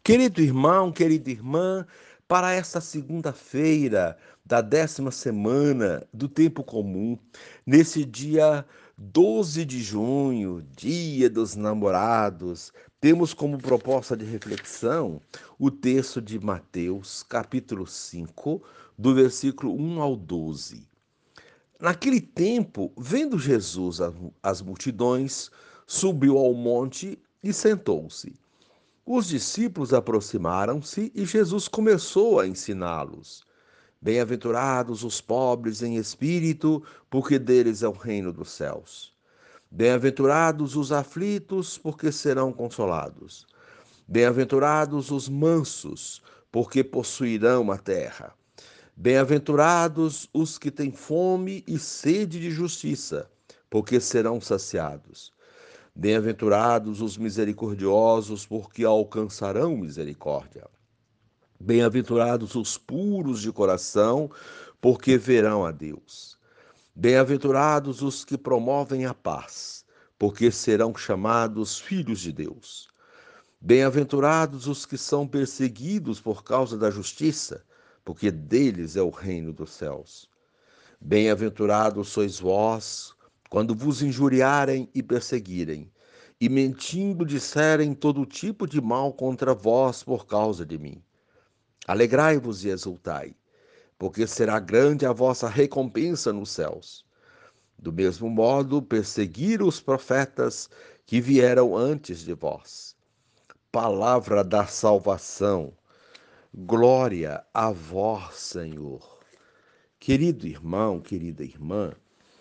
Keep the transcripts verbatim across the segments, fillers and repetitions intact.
Querido irmão, querida irmã, para esta segunda-feira da décima semana do tempo comum, nesse dia doze de junho, dia dos namorados, temos como proposta de reflexão o texto de Mateus, capítulo cinco, do versículo um ao doze. Naquele tempo, vendo Jesus as multidões, subiu ao monte e sentou-se. Os discípulos aproximaram-se e Jesus começou a ensiná-los. Bem-aventurados os pobres em espírito, porque deles é o reino dos céus. Bem-aventurados os aflitos, porque serão consolados. Bem-aventurados os mansos, porque possuirão a terra. Bem-aventurados os que têm fome e sede de justiça, porque serão saciados. Bem-aventurados os misericordiosos, porque alcançarão misericórdia. Bem-aventurados os puros de coração, porque verão a Deus. Bem-aventurados os que promovem a paz, porque serão chamados filhos de Deus. Bem-aventurados os que são perseguidos por causa da justiça, porque deles é o reino dos céus. Bem-aventurados sois vós, quando vos injuriarem e perseguirem, e mentindo disserem todo tipo de mal contra vós por causa de mim. Alegrai-vos e exultai, porque será grande a vossa recompensa nos céus. Do mesmo modo, perseguiram os profetas que vieram antes de vós. Palavra da salvação. Glória a vós, Senhor. Querido irmão, querida irmã,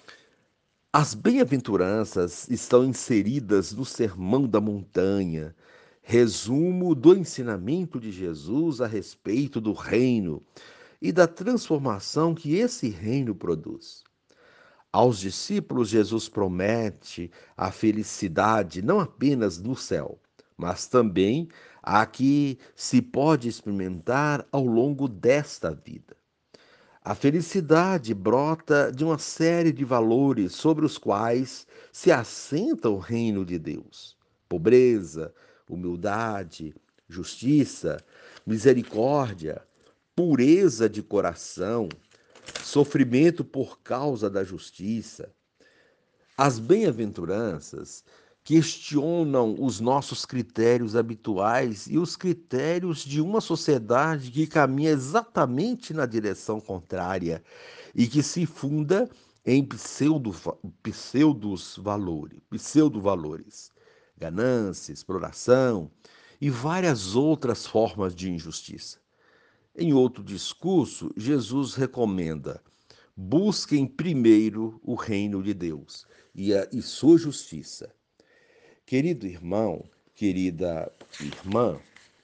as bem-aventuranças estão inseridas no Sermão da Montanha, resumo do ensinamento de Jesus a respeito do reino e da transformação que esse reino produz. Aos discípulos, Jesus promete a felicidade não apenas no céu, mas também a que se pode experimentar ao longo desta vida. A felicidade brota de uma série de valores sobre os quais se assenta o reino de Deus: pobreza, humildade, justiça, misericórdia, pureza de coração, sofrimento por causa da justiça. As bem-aventuranças questionam os nossos critérios habituais e os critérios de uma sociedade que caminha exatamente na direção contrária e que se funda em pseudo, pseudos valores, pseudo-valores, ganância, exploração e várias outras formas de injustiça. Em outro discurso, Jesus recomenda: busquem primeiro o reino de Deus e, a, e sua justiça. Querido irmão, querida irmã,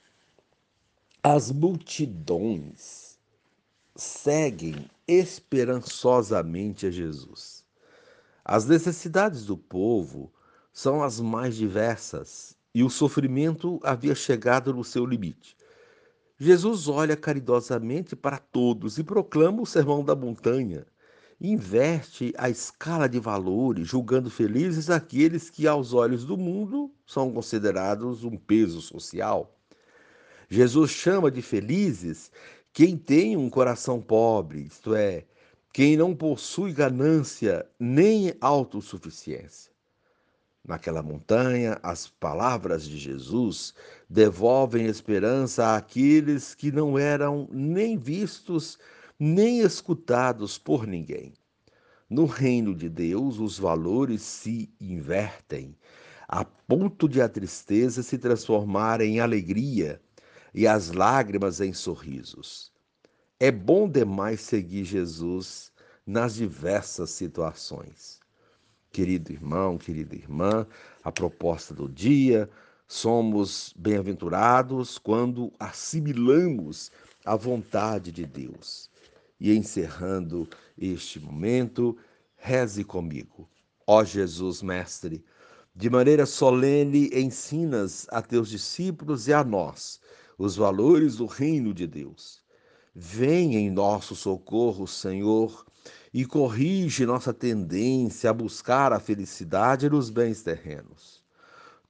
as multidões seguem esperançosamente a Jesus. As necessidades do povo são as mais diversas e o sofrimento havia chegado no seu limite. Jesus olha caridosamente para todos e proclama o Sermão da Montanha. Inverte a escala de valores, julgando felizes aqueles que, aos olhos do mundo, são considerados um peso social. Jesus chama de felizes quem tem um coração pobre, isto é, quem não possui ganância nem autossuficiência. Naquela montanha, as palavras de Jesus devolvem esperança àqueles que não eram nem vistos nem escutados por ninguém. No reino de Deus, os valores se invertem, a ponto de a tristeza se transformar em alegria e as lágrimas em sorrisos. É bom demais seguir Jesus nas diversas situações. Querido irmão, querida irmã, a proposta do dia: somos bem-aventurados quando assimilamos a vontade de Deus. E encerrando este momento, reze comigo. Ó Jesus, Mestre, de maneira solene ensinas a teus discípulos e a nós os valores do reino de Deus. Vem em nosso socorro, Senhor, e corrige nossa tendência a buscar a felicidade nos bens terrenos.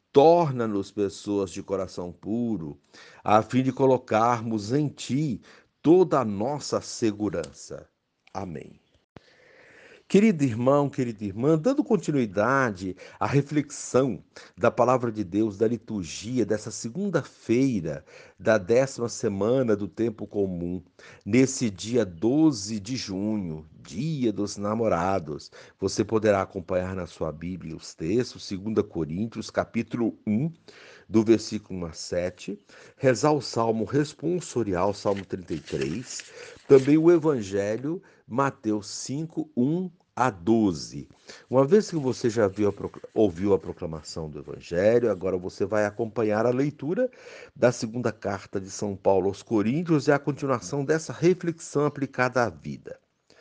Torna-nos pessoas de coração puro, a fim de colocarmos em Ti toda a nossa segurança. Amém. Querido irmão, querida irmã, dando continuidade à reflexão da palavra de Deus, da liturgia dessa segunda-feira da décima semana do tempo comum, nesse dia doze de junho, dia dos namorados, você poderá acompanhar na sua Bíblia os textos, dois Coríntios, capítulo um, do versículo um a sete, rezar o Salmo responsorial, Salmo trinta e três, também o Evangelho, Mateus cinco, um a doze. Uma vez que você já viu a ouviu a proclamação do Evangelho, agora você vai acompanhar a leitura da segunda carta de São Paulo aos Coríntios e a continuação dessa reflexão aplicada à vida.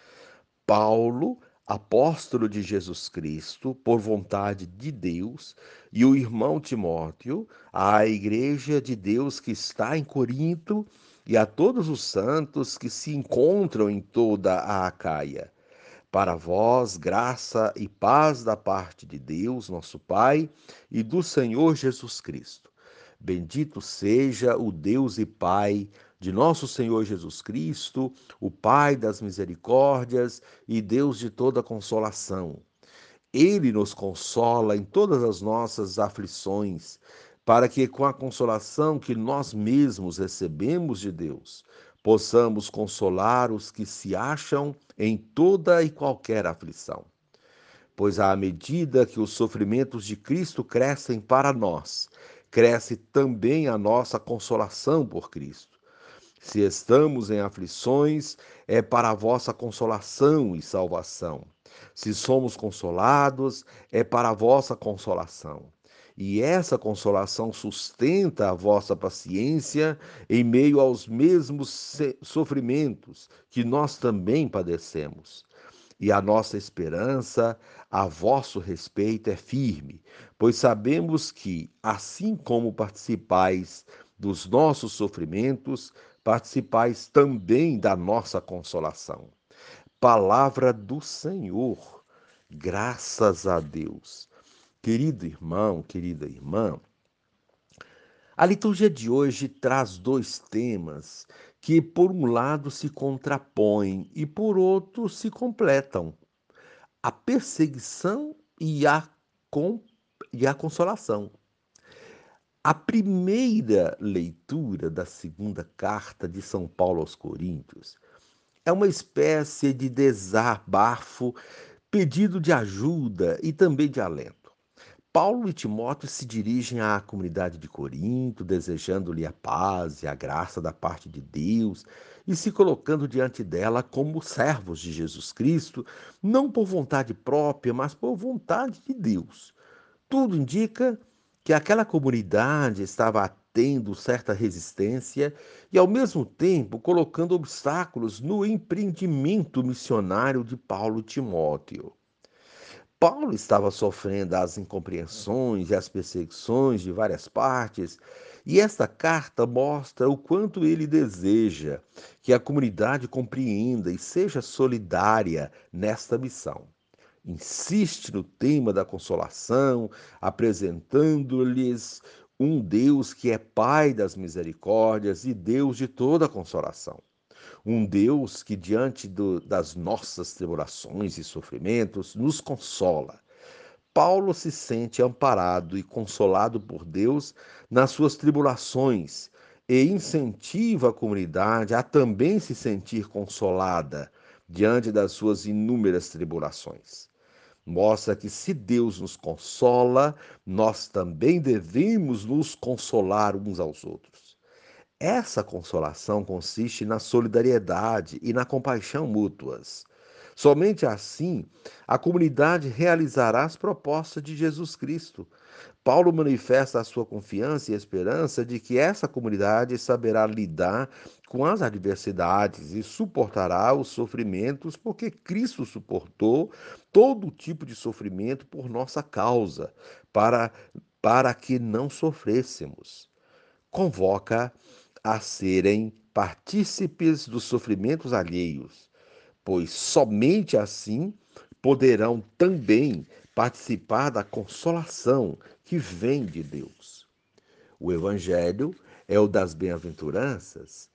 Paulo, apóstolo de Jesus Cristo, por vontade de Deus, e o irmão Timóteo, à igreja de Deus que está em Corinto e a todos os santos que se encontram em toda a Acaia. Para vós, graça e paz da parte de Deus, nosso Pai, e do Senhor Jesus Cristo. Bendito seja o Deus e Pai de nosso Senhor Jesus Cristo, o Pai das misericórdias e Deus de toda consolação. Ele nos consola em todas as nossas aflições, para que, com a consolação que nós mesmos recebemos de Deus, possamos consolar os que se acham em toda e qualquer aflição. Pois à medida que os sofrimentos de Cristo crescem para nós, cresce também a nossa consolação por Cristo. Se estamos em aflições, é para a vossa consolação e salvação. Se somos consolados, é para a vossa consolação. E essa consolação sustenta a vossa paciência em meio aos mesmos sofrimentos que nós também padecemos. E a nossa esperança a vosso respeito é firme, pois sabemos que, assim como participais dos nossos sofrimentos, participais também da nossa consolação. Palavra do Senhor, graças a Deus. Querido irmão, querida irmã, a liturgia de hoje traz dois temas que, por um lado, se contrapõem e, por outro, se completam: a perseguição e a, com, e a consolação. A primeira leitura da segunda carta de São Paulo aos Coríntios é uma espécie de desabafo, pedido de ajuda e também de alento. Paulo e Timóteo se dirigem à comunidade de Corinto, desejando-lhe a paz e a graça da parte de Deus e se colocando diante dela como servos de Jesus Cristo, não por vontade própria, mas por vontade de Deus. Tudo indica que aquela comunidade estava tendo certa resistência e, ao mesmo tempo, colocando obstáculos no empreendimento missionário de Paulo e Timóteo. Paulo estava sofrendo as incompreensões e as perseguições de várias partes, e esta carta mostra o quanto ele deseja que a comunidade compreenda e seja solidária nesta missão. Insiste no tema da consolação, apresentando-lhes um Deus que é Pai das misericórdias e Deus de toda consolação. Um Deus que, diante do, das nossas tribulações e sofrimentos, nos consola. Paulo se sente amparado e consolado por Deus nas suas tribulações e incentiva a comunidade a também se sentir consolada diante das suas inúmeras tribulações. Mostra que, se Deus nos consola, nós também devemos nos consolar uns aos outros. Essa consolação consiste na solidariedade e na compaixão mútuas. Somente assim a comunidade realizará as propostas de Jesus Cristo. Paulo manifesta a sua confiança e esperança de que essa comunidade saberá lidar com as adversidades e suportará os sofrimentos, porque Cristo suportou todo tipo de sofrimento por nossa causa, para, para que não sofrêssemos. Convoca a serem partícipes dos sofrimentos alheios, pois somente assim poderão também participar da consolação que vem de Deus. O Evangelho é o das bem-aventuranças.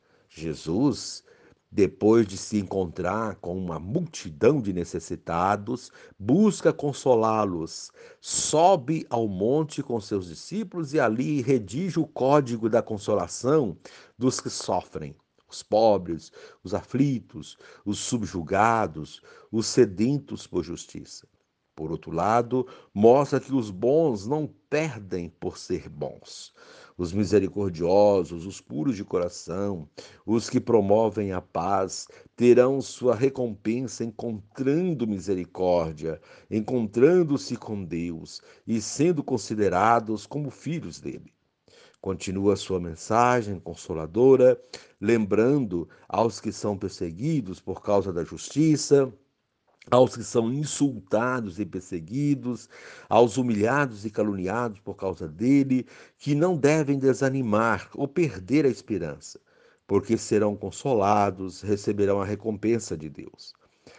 Jesus, depois de se encontrar com uma multidão de necessitados, busca consolá-los, sobe ao monte com seus discípulos e ali redige o código da consolação dos que sofrem. Os pobres, os aflitos, os subjugados, os sedentos por justiça. Por outro lado, mostra que os bons não perdem por ser bons. Os misericordiosos, os puros de coração, os que promovem a paz, terão sua recompensa encontrando misericórdia, encontrando-se com Deus e sendo considerados como filhos dele. Continua sua mensagem consoladora, lembrando aos que são perseguidos por causa da justiça, aos que são insultados e perseguidos, aos humilhados e caluniados por causa dele, que não devem desanimar ou perder a esperança, porque serão consolados, receberão a recompensa de Deus.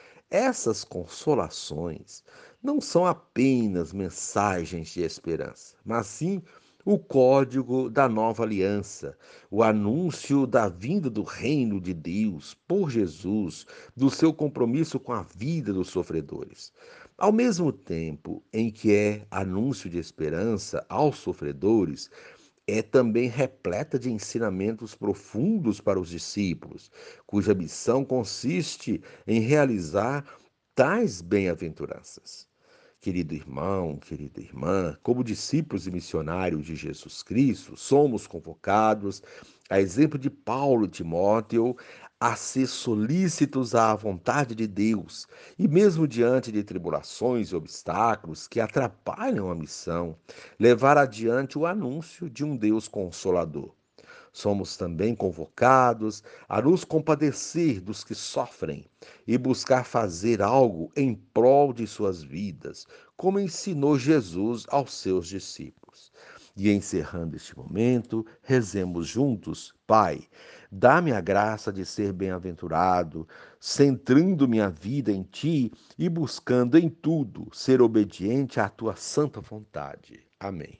Essas consolações não são apenas mensagens de esperança, mas sim o código da nova aliança, o anúncio da vinda do reino de Deus por Jesus, do seu compromisso com a vida dos sofredores. Ao mesmo tempo em que é anúncio de esperança aos sofredores, é também repleta de ensinamentos profundos para os discípulos, cuja missão consiste em realizar tais bem-aventuranças. Querido irmão, querida irmã, como discípulos e missionários de Jesus Cristo, somos convocados, a exemplo de Paulo e Timóteo, a ser solícitos à vontade de Deus e, mesmo diante de tribulações e obstáculos que atrapalham a missão, levar adiante o anúncio de um Deus consolador. Somos também convocados a nos compadecer dos que sofrem e buscar fazer algo em prol de suas vidas, como ensinou Jesus aos seus discípulos. E encerrando este momento, rezemos juntos: Pai, dá-me a graça de ser bem-aventurado, centrando minha vida em Ti e buscando em tudo ser obediente à Tua santa vontade. Amém.